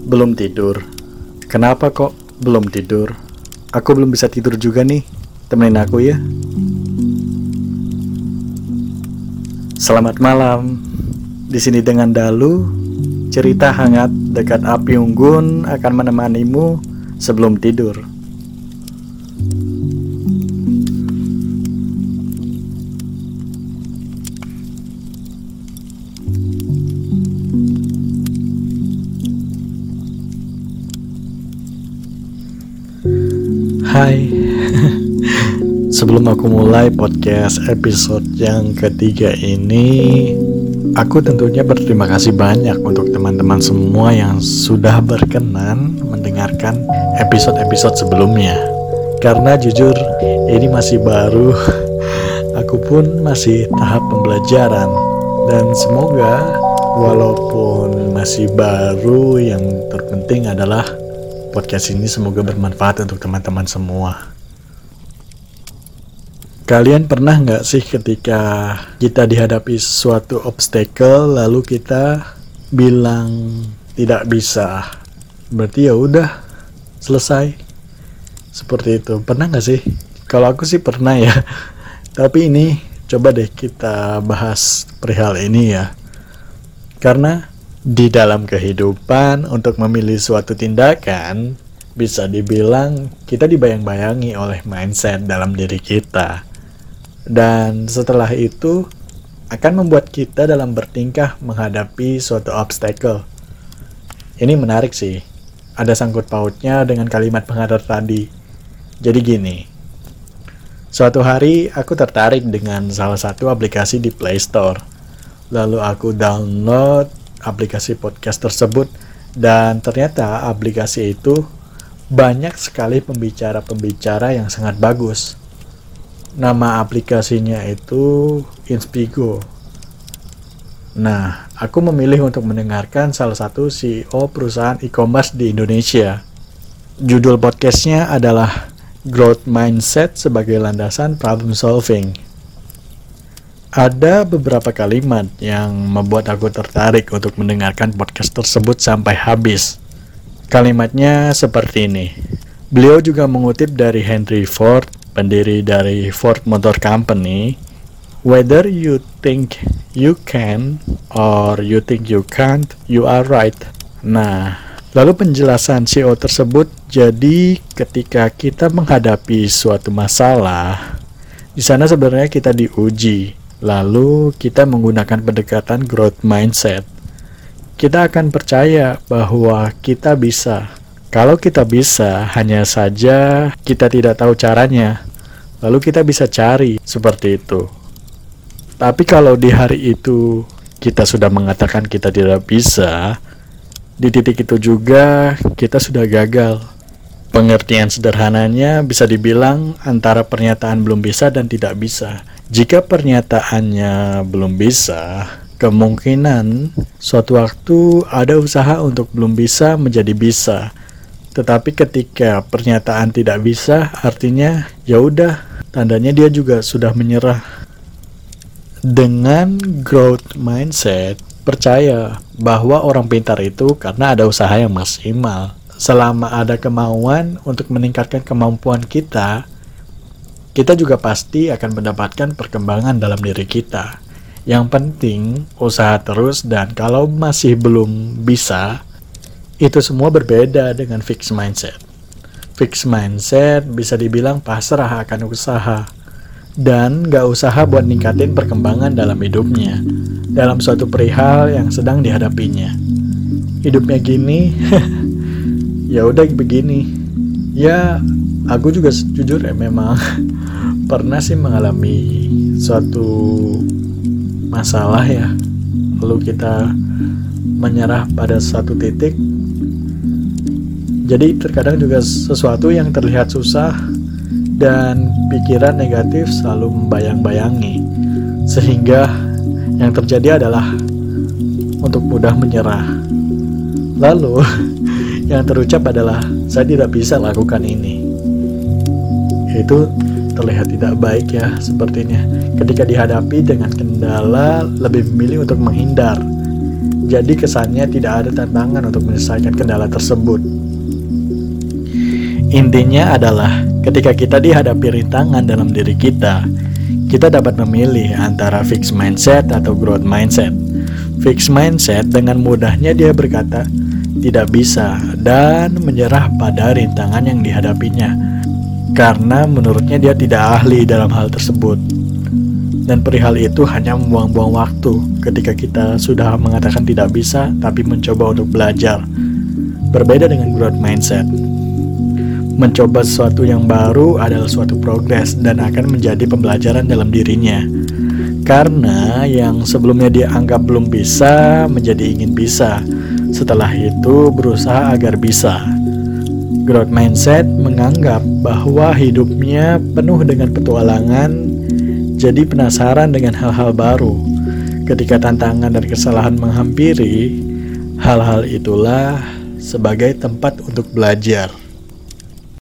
Belum tidur. Kenapa kok belum tidur? Aku belum bisa tidur juga nih. Temenin aku ya. Selamat malam. Di sini dengan Dalu, cerita hangat dekat api unggun akan menemanimu sebelum tidur. Hai. Sebelum aku mulai podcast episode yang ketiga ini, aku tentunya berterima kasih banyak untuk teman-teman semua yang sudah berkenan mendengarkan episode-episode sebelumnya. Karena jujur, ini masih baru, aku pun masih tahap pembelajaran. Dan semoga walaupun masih baru, yang terpenting adalah podcast ini semoga bermanfaat untuk teman-teman semua. Kalian pernah nggak sih ketika kita dihadapi suatu obstacle lalu kita bilang tidak bisa, berarti ya udah selesai, seperti itu. Pernah nggak sih? Kalau aku sih pernah ya. Tapi ini coba deh kita bahas perihal ini ya. Karena di dalam kehidupan untuk memilih suatu tindakan bisa dibilang kita dibayang-bayangi oleh mindset dalam diri kita. Dan setelah itu akan membuat kita dalam bertingkah menghadapi suatu obstacle. Ini menarik sih. Ada sangkut pautnya dengan kalimat pengantar tadi. Jadi gini. Suatu hari aku tertarik dengan salah satu aplikasi di Play Store. Lalu aku download aplikasi podcast tersebut dan ternyata aplikasi itu banyak sekali pembicara-pembicara yang sangat bagus. Nama aplikasinya itu Inspigo. Nah, aku memilih untuk mendengarkan salah satu CEO perusahaan e-commerce di Indonesia. Judul podcastnya adalah Growth Mindset sebagai Landasan Problem Solving. Ada beberapa kalimat yang membuat aku tertarik untuk mendengarkan podcast tersebut sampai habis. Kalimatnya seperti ini. Beliau juga mengutip dari Henry Ford, pendiri dari Ford Motor Company. Whether you think you can or you think you can't, you are right. Nah, lalu penjelasan CEO tersebut, jadi ketika kita menghadapi suatu masalah, di sana sebenarnya kita diuji. Lalu kita menggunakan pendekatan growth mindset. Kita akan percaya bahwa kita bisa. Kalau kita bisa, hanya saja kita tidak tahu caranya. Lalu kita bisa cari seperti itu. Tapi kalau di hari itu kita sudah mengatakan kita tidak bisa, di titik itu juga kita sudah gagal. Pengertian sederhananya bisa dibilang antara pernyataan belum bisa dan tidak bisa. Jika pernyataannya belum bisa, kemungkinan suatu waktu ada usaha untuk belum bisa menjadi bisa. Tetapi ketika pernyataan tidak bisa, artinya ya udah, tandanya dia juga sudah menyerah. Dengan growth mindset, percaya bahwa orang pintar itu karena ada usaha yang maksimal. Selama ada kemauan untuk meningkatkan kemampuan kita juga pasti akan mendapatkan perkembangan dalam diri kita. Yang penting, usaha terus, dan kalau masih belum bisa, itu semua berbeda dengan fixed mindset. Fixed mindset bisa dibilang pasrah akan usaha dan gak usaha buat ningkatin perkembangan dalam hidupnya, dalam suatu perihal yang sedang dihadapinya. Hidupnya gini, ya udah begini. Ya, aku juga jujur ya memang pernah sih mengalami suatu masalah ya. Lalu kita menyerah pada satu titik. Jadi terkadang juga sesuatu yang terlihat susah dan pikiran negatif selalu membayang-bayangi, sehingga yang terjadi adalah untuk mudah menyerah. Lalu yang terucap adalah saya tidak bisa lakukan ini. Itu terlihat tidak baik ya sepertinya. Ketika dihadapi dengan kendala lebih memilih untuk menghindar. Jadi kesannya tidak ada tantangan untuk menyelesaikan kendala tersebut. Intinya adalah ketika kita dihadapi rintangan dalam diri kita dapat memilih antara fixed mindset atau growth mindset. Fixed mindset dengan mudahnya dia berkata tidak bisa dan menyerah pada rintangan yang dihadapinya karena menurutnya dia tidak ahli dalam hal tersebut. Dan perihal itu hanya membuang-buang waktu ketika kita sudah mengatakan tidak bisa tapi mencoba untuk belajar. Berbeda dengan growth mindset. Mencoba sesuatu yang baru adalah suatu progres dan akan menjadi pembelajaran dalam dirinya. Karena yang sebelumnya dia anggap belum bisa menjadi ingin bisa. Setelah itu berusaha agar bisa. Growth mindset menganggap bahwa hidupnya penuh dengan petualangan, jadi penasaran dengan hal-hal baru. Ketika tantangan dan kesalahan menghampiri, hal-hal itulah sebagai tempat untuk belajar.